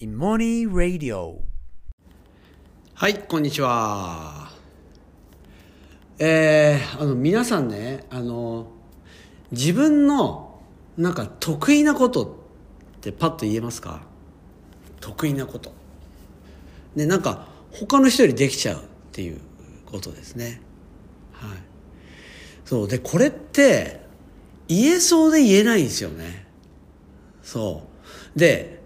Imoni Radio。 はい、こんにちは。皆さんね、自分のなんか得意なことってパッと言えますか？得意なこと。ね、なんか他の人よりできちゃうっていうことですね。はい。そうで、これって言えそうで言えないんですよね。そうで、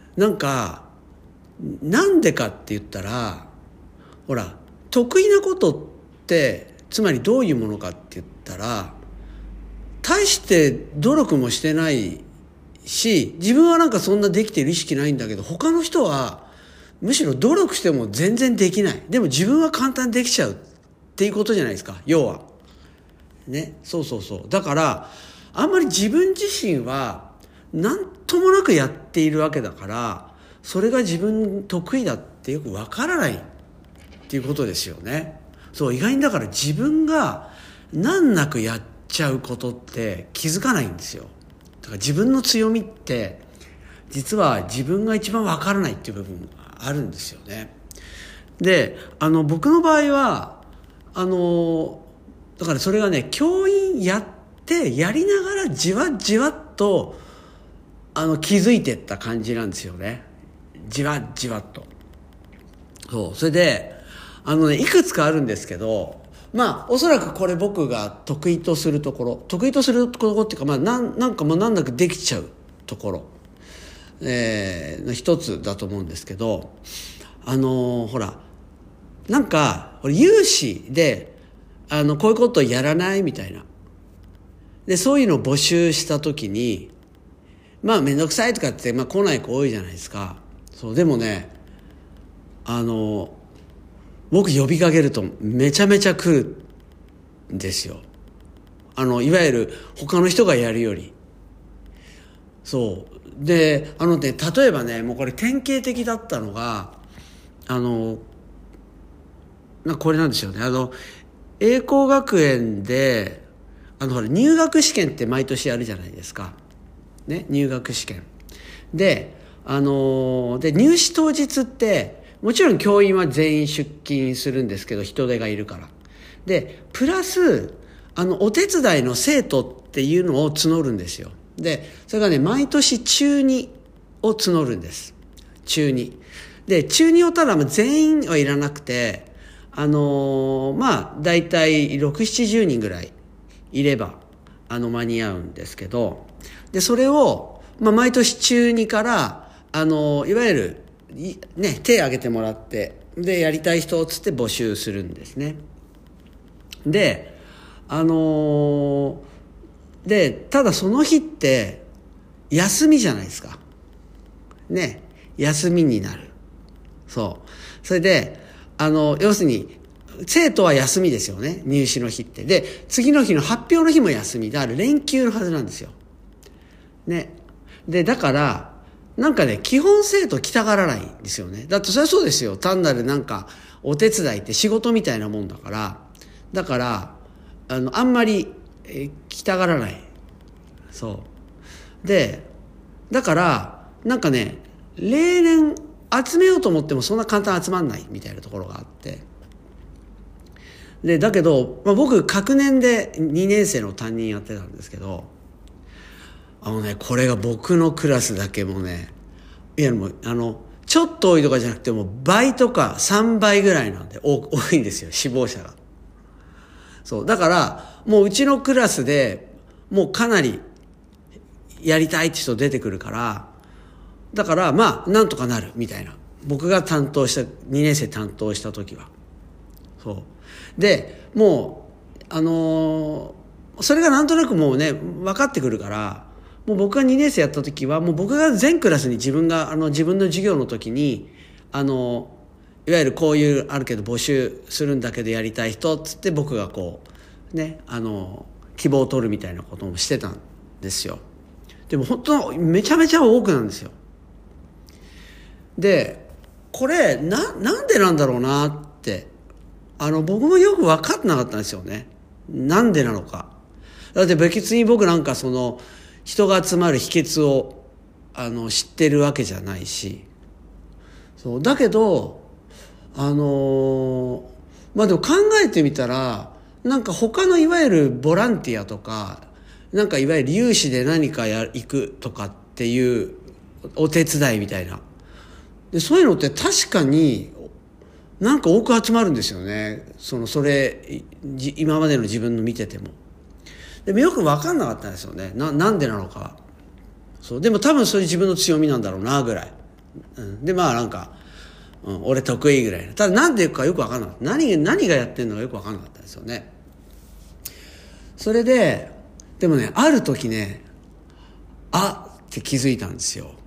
なんでかって言ったら、ほら、得意なことってつまりどういうものかって言ったら、大して努力もしてないし、自分はなんかそんなできてる意識ないんだけど、他の人はむしろ努力しても全然できない。でも自分は簡単にできちゃうっていうことじゃないですか、要はね。そうだから、あんまり自分自身は何ともなくやっているわけだから、それが自分得意だってよくわからないっていうことですよね。そう、意外にだから自分が難なくやっちゃうことって気づかないんですよ。だから自分の強みって実は自分が一番わからないっていう部分があるんですよね。で、僕の場合はだからそれがね、教員やってやりながらじわじわっと気づいてった感じなんですよね。じわじわっと。そう、それでいくつかあるんですけど、おそらくこれ僕が得意とするところっていうか、なんかもう難なくできちゃうところ、の一つだと思うんですけど、ほら、なんか有志でこういうことをやらないみたいな、でそういうのを募集した時に、めんどくさいとかって来ない子多いじゃないですか。そう、でもね、僕呼びかけるとめちゃめちゃ来るんですよ。いわゆる他の人がやるより。そうで、例えばね、もうこれ典型的だったのがこれなんですよね。栄光学園でほら、入学試験って毎年やるじゃないですかね。入学試験でで、入試当日ってもちろん教員は全員出勤するんですけど、人手がいるから。でプラスお手伝いの生徒っていうのを募るんですよ。でそれがね、毎年中2を募るんです。中2で、中2をただ全員はいらなくて、だいたい6、70人ぐらいいれば間に合うんですけど、でそれを毎年中2からいわゆるね、手挙げてもらって、でやりたい人をつって募集するんですね。でただその日って休みじゃないですかね。休みになる。それで要するに生徒は休みですよね、入試の日って。で次の日の発表の日も休みだから連休のはずなんですよね。でだからなんかね、基本生徒来たがらないんですよね。だってそれはそうですよ。単なるなんかお手伝いって仕事みたいなもんだから、あんまり来たがらない。そうで、だからなんかね、例年集めようと思ってもそんな簡単に集まんないみたいなところがあって、でだけど、僕隔年で2年生の担任やってたんですけど、これが僕のクラスだけもね、いやもうちょっと多いとかじゃなくても倍とか3倍ぐらいなんで多いんですよ、死亡者が。そうだからもううちのクラスでもうかなりやりたいって人出てくるから、だからなんとかなるみたいな。僕が2年生担当した時はそうで、もうそれがなんとなくもうね分かってくるから、もう僕が2年生やった時はもう僕が全クラスに自分の授業の時にいわゆるこういうあるけど募集するんだけどやりたい人っつって僕がこうね希望を取るみたいなこともしてたんですよ。でも本当めちゃめちゃ多くなんですよ。でこれなんでなんだろうなって僕もよく分かってなかったんですよね。なんでなのか。だって別に僕なんか人が集まる秘訣を知ってるわけじゃないし、 そうだけどまあでも考えてみたらなんか他のいわゆるボランティアとかなんかいわゆる有志で何か行くとかっていうお手伝いみたいなでそういうのって確かになんか多く集まるんですよね。それ今までの自分の見ててもでもよく分かんなかったんですよね。なんでなのか。そうでも多分それ自分の強みなんだろうなぐらい、でまあなんか、俺得意ぐらいな。ただなんでかよく分かんなかった。何がやってんのかよく分かんなかったんですよね。それででもねある時ねって気づいたんですよ。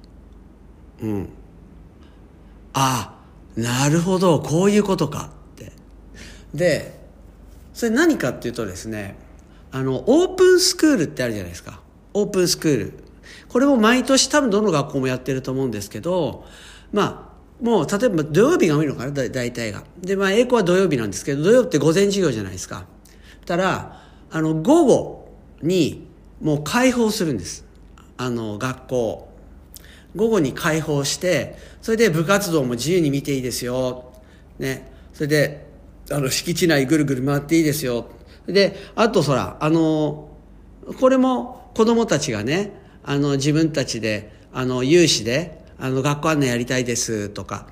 なるほどこういうことかって。でそれ何かっていうとですねオープンスクールってあるじゃないですか。オープンスクールこれも毎年多分どの学校もやってると思うんですけどまあもう例えば土曜日が多いのかな大体が。でまあ英語は土曜日なんですけど土曜日って午前授業じゃないですか。たら午後にもう開放するんです。学校午後に開放してそれで部活動も自由に見ていいですよ、ね、それで敷地内ぐるぐる回っていいですよ。であとこれも子供たちがね自分たちで有志で学校案内やりたいですとか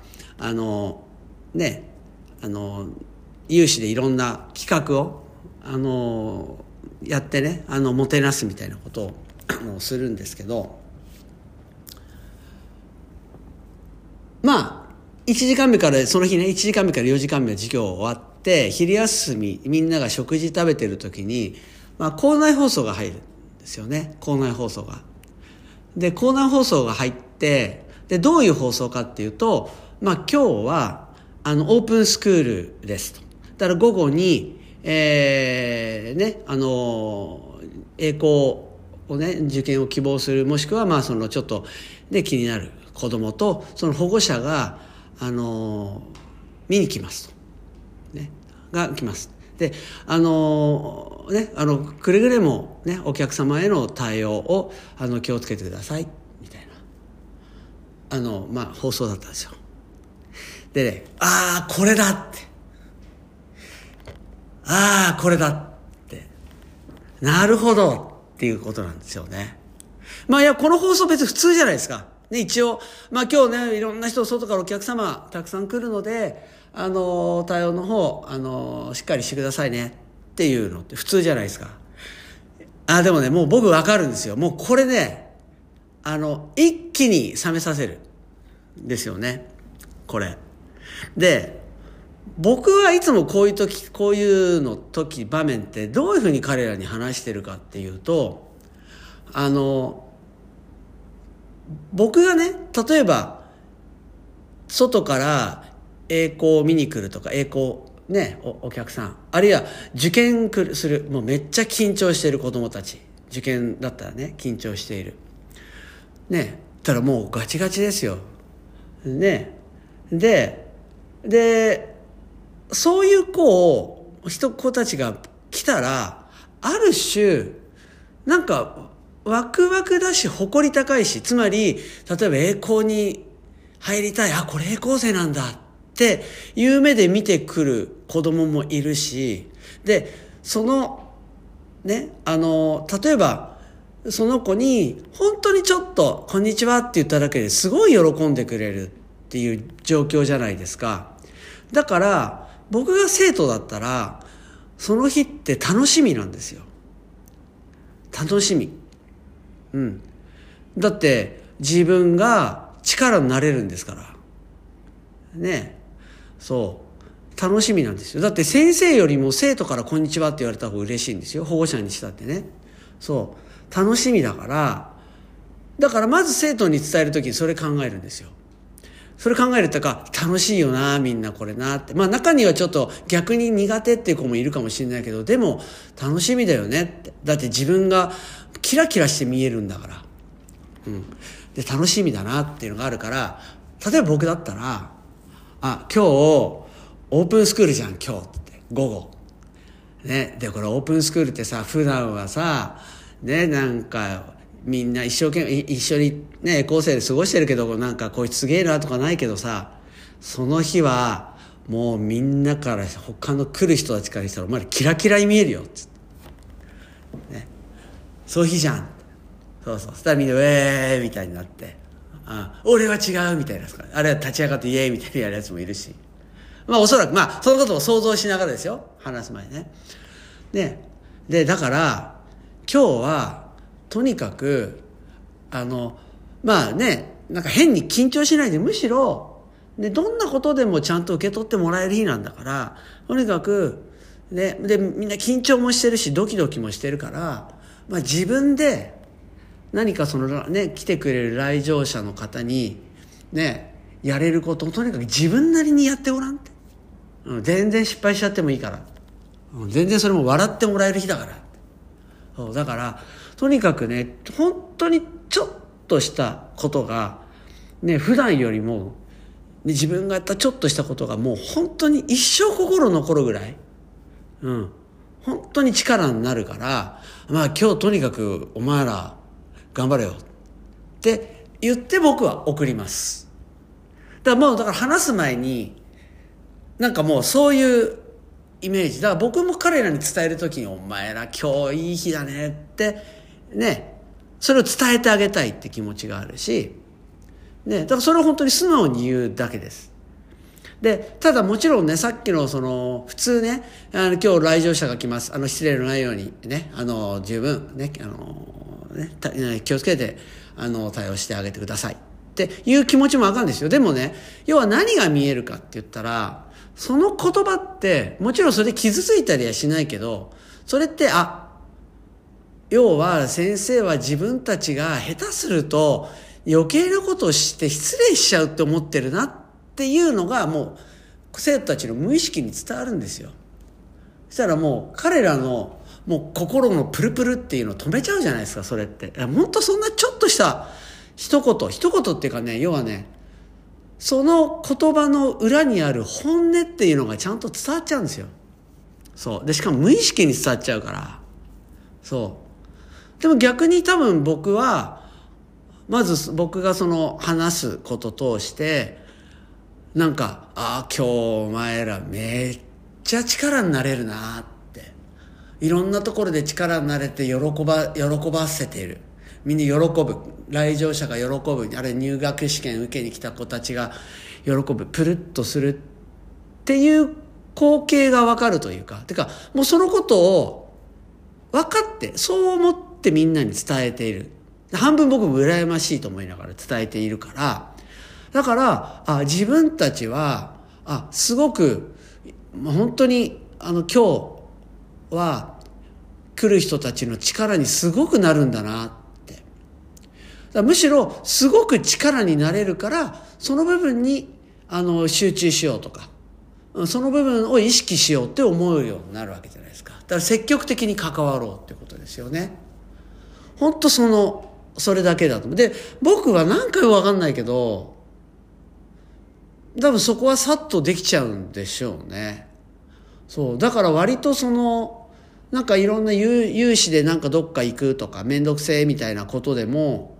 有志でいろんな企画をやってねもてなすみたいなことをするんですけどまあ1時間目からその日ね1時間目から4時間目の授業終わって昼休みみんなが食事食べてる時に、校内放送が入るんですよね。校内放送が入ってでどういう放送かっていうと、今日はオープンスクールですと。だから午後に英語をね受験を希望するもしくはちょっとで気になる子供とその保護者が見に来ますと、が来ます。でくれぐれもねお客様への対応を気をつけてくださいみたいな放送だったんですよ。でねこれだってなるほどっていうことなんですよね。いやこの放送別に普通じゃないですか。ね、一応、今日ね、いろんな人、外からお客様、たくさん来るので、対応の方、しっかりしてくださいね、っていうのって普通じゃないですか。でもね、もう僕わかるんですよ。もうこれね、一気に冷めさせる。ですよね。これ。で、僕はいつもこういう場面ってどういうふうに彼らに話してるかっていうと、僕がね例えば外から英語を見に来るとか英語ね お客さんあるいは受験するもうめっちゃ緊張している子供たち受験だったらね緊張しているねたらもうガチガチですよね。でそういう子たちが来たらある種なんかワクワクだし誇り高いしつまり例えば栄光に入りたいこれ栄光生なんだっていう目で見てくる子供もいるしでね例えばその子に本当にちょっとこんにちはって言っただけですごい喜んでくれるっていう状況じゃないですか。だから僕が生徒だったらその日って楽しみなんですよ。楽しみ。だって自分が力になれるんですからね。そう楽しみなんですよ。だって先生よりも生徒からこんにちはって言われた方が嬉しいんですよ。保護者にしたってね。そう楽しみだからまず生徒に伝えるときにそれ考えるんですよ。それ考えると楽しいよなみんなこれなって。中にはちょっと逆に苦手っていう子もいるかもしれないけどでも楽しみだよねって。だって自分がキラキラして見えるんだから、で楽しみだなっていうのがあるから例えば僕だったら今日オープンスクールじゃん今日って午後ね。でこれオープンスクールってさ普段はさねなんかみんな一生懸命一緒にね高生で過ごしてるけどなんかこいつすげえなとかないけどさその日はもうみんなから他の来る人たちからしたらお前らキラキラに見えるよっつって、ね、そういう日じゃん。そうそう、そしたらみんなウェーイみたいになって、俺は違うみたいな、あれは立ち上がってイエーイみたいにやるやつもいるし、まあおそらくそのことを想像しながらですよ、話す前にね。でだから今日はとにかくまあね、なんか変に緊張しないで、むしろでどんなことでもちゃんと受け取ってもらえる日なんだから、とにかくね、でみんな緊張もしてるしドキドキもしてるから、自分で何かそのね来てくれる来場者の方にねやれることをとにかく自分なりにやってごらんって、全然失敗しちゃってもいいから、全然それも笑ってもらえる日だから。そうだからとにかくね、本当にちょっとしたことがね、普段よりも、ね、自分がやったちょっとしたことがもう本当に一生心残るぐらい、本当に力になるから、今日とにかくお前ら頑張れよって言って僕は送ります。だから話す前になんかもうそういうイメージだから、僕も彼らに伝えるときにお前ら今日いい日だねってね、それを伝えてあげたいって気持ちがあるしね、だからそれを本当に素直に言うだけです。でただもちろんね、さっきの普通ね、今日来場者が来ます、失礼のないようにね、十分ね、気をつけて対応してあげてくださいっていう気持ちもわかるんですよ。でもね、要は何が見えるかって言ったら、その言葉ってもちろんそれで傷ついたりはしないけど、それって要は先生は自分たちが下手すると余計なことをして失礼しちゃうって思ってるなっていうのがもう生徒たちの無意識に伝わるんですよ。そしたらもう彼らのもう心のプルプルっていうのを止めちゃうじゃないですか、それって。本当そんなちょっとした一言っていうかね、要はね、その言葉の裏にある本音っていうのがちゃんと伝わっちゃうんですよ。そうで、しかも無意識に伝わっちゃうから。そうでも逆に多分僕はまず僕がその話すこと通してなんか今日お前らめっちゃ力になれるなって、いろんなところで力になれて喜ばせている、みんな喜ぶ、来場者が喜ぶ、あれ入学試験受けに来た子たちが喜ぶ、プルッとするっていう光景が分かるというか、もうそのことを分かってそう思ってみんなに伝えている、半分僕も羨ましいと思いながら伝えているから、だから自分たちはすごく本当に今日は来る人たちの力にすごくなるんだなって、むしろすごく力になれるからその部分に集中しようとか、その部分を意識しようって思うようになるわけじゃないですか。だから積極的に関わろうってことですよね。本当それだけだと思う。で僕は何回も分かんないけど多分そこはさっとできちゃうんでしょうね。そうだから割となんかいろんな有志でなんかどっか行くとかめんどくせえみたいなことでも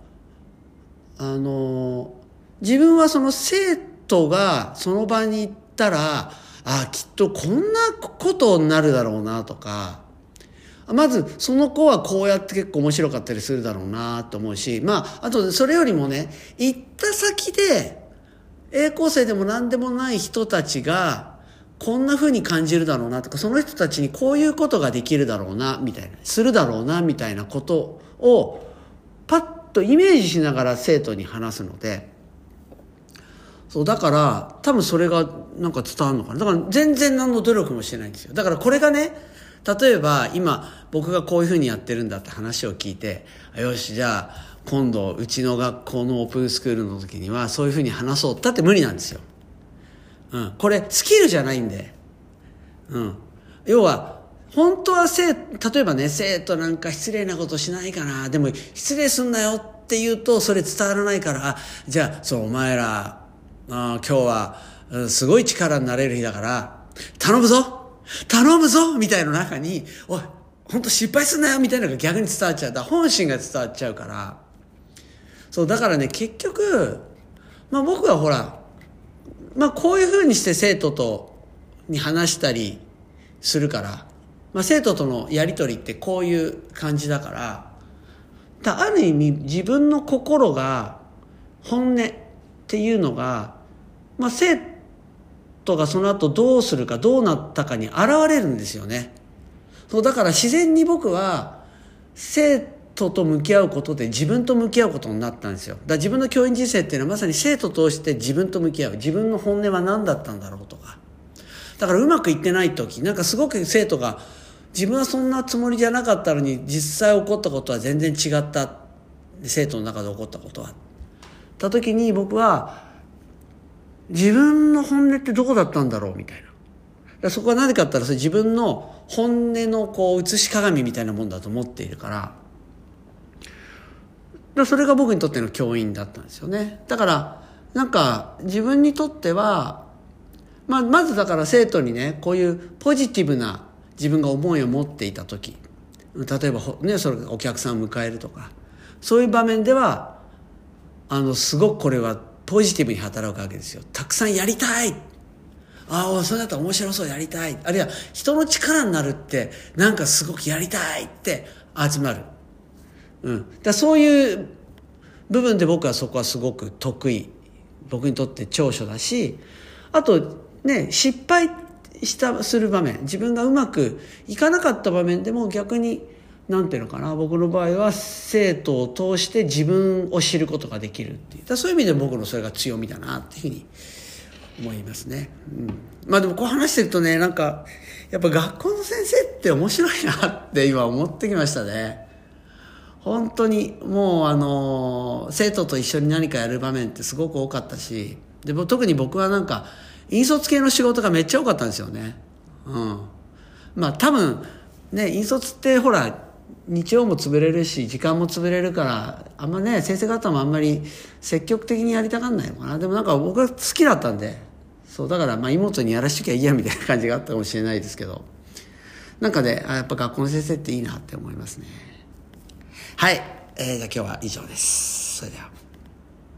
自分はその生徒がその場に行ったらきっとこんなことになるだろうなとか、まずその子はこうやって結構面白かったりするだろうなと思うし、あとそれよりもね、行った先でA校生でも何でもない人たちがこんな風に感じるだろうなとか、その人たちにこういうことができるだろうなみたいな、するだろうなみたいなことをパッとイメージしながら生徒に話すので、そうだから多分それがなんか伝わるのかな。だから全然何の努力もしてないんですよ。だからこれがね、例えば今僕がこういう風にやってるんだって話を聞いて、よしじゃあ今度うちの学校のオープンスクールの時にはそういう風に話そうだって無理なんですよ。これスキルじゃないんで、要は本当は例えばね、生徒なんか失礼なことしないかな、でも失礼すんなよって言うとそれ伝わらないから、じゃあお前ら今日はすごい力になれる日だから頼むぞみたいな中に、おい本当失敗すんなよみたいなのが逆に伝わっちゃう。だから本心が伝わっちゃうから、そうだからね、結局僕はほらこういうふうにして生徒に話したりするから、生徒とのやり取りってこういう感じだから、ある意味自分の心が本音っていうのが、生徒がその後どうするかどうなったかに現れるんですよね。そうだから自然に僕は生徒と向き合うことで自分と向き合うことになったんですよ。だから自分の教員人生っていうのはまさに生徒として自分と向き合う、自分の本音は何だったんだろうとか。だからうまくいってない時、なんかすごく生徒が自分はそんなつもりじゃなかったのに実際起こったことは全然違った、生徒の中で起こったことはた時に、僕は自分の本音ってどこだったんだろうみたいな。だからそこは何かあったら、それ自分の本音の写し鏡みたいなもんだと思っているから、それが僕にとっての教員だったんですよね。だからなんか自分にとっては、まずだから生徒にね、こういうポジティブな自分が思いを持っていた時、例えばね、それお客さんを迎えるとか、そういう場面ではすごくこれはポジティブに働くわけですよ。たくさんやりたい、それだったら面白そう、やりたい、あるいは人の力になるってなんかすごくやりたいって集まる。だそういう部分で僕はそこはすごく得意、僕にとって長所だし、あとね、失敗する場面、自分がうまくいかなかった場面でも逆になんていうのかな、僕の場合は生徒を通して自分を知ることができるっていう、そういう意味で僕のそれが強みだなっていうふうに思いますね。でもこう話してるとね、なんかやっぱ学校の先生って面白いなって今思ってきましたね。本当にもう生徒と一緒に何かやる場面ってすごく多かったし、で特に僕はなんか引率系の仕事がめっちゃ多かったんですよね。多分ね、引率ってほら日曜も潰れるし時間も潰れるから、あんまね先生方もあんまり積極的にやりたがんないのかな。でもなんか僕は好きだったんで、そうだから妹にやらしときゃいいやみたいな感じがあったかもしれないですけど、なんかね、やっぱ学校の先生っていいなって思いますね。はい、じゃあ今日は以上です。それでは。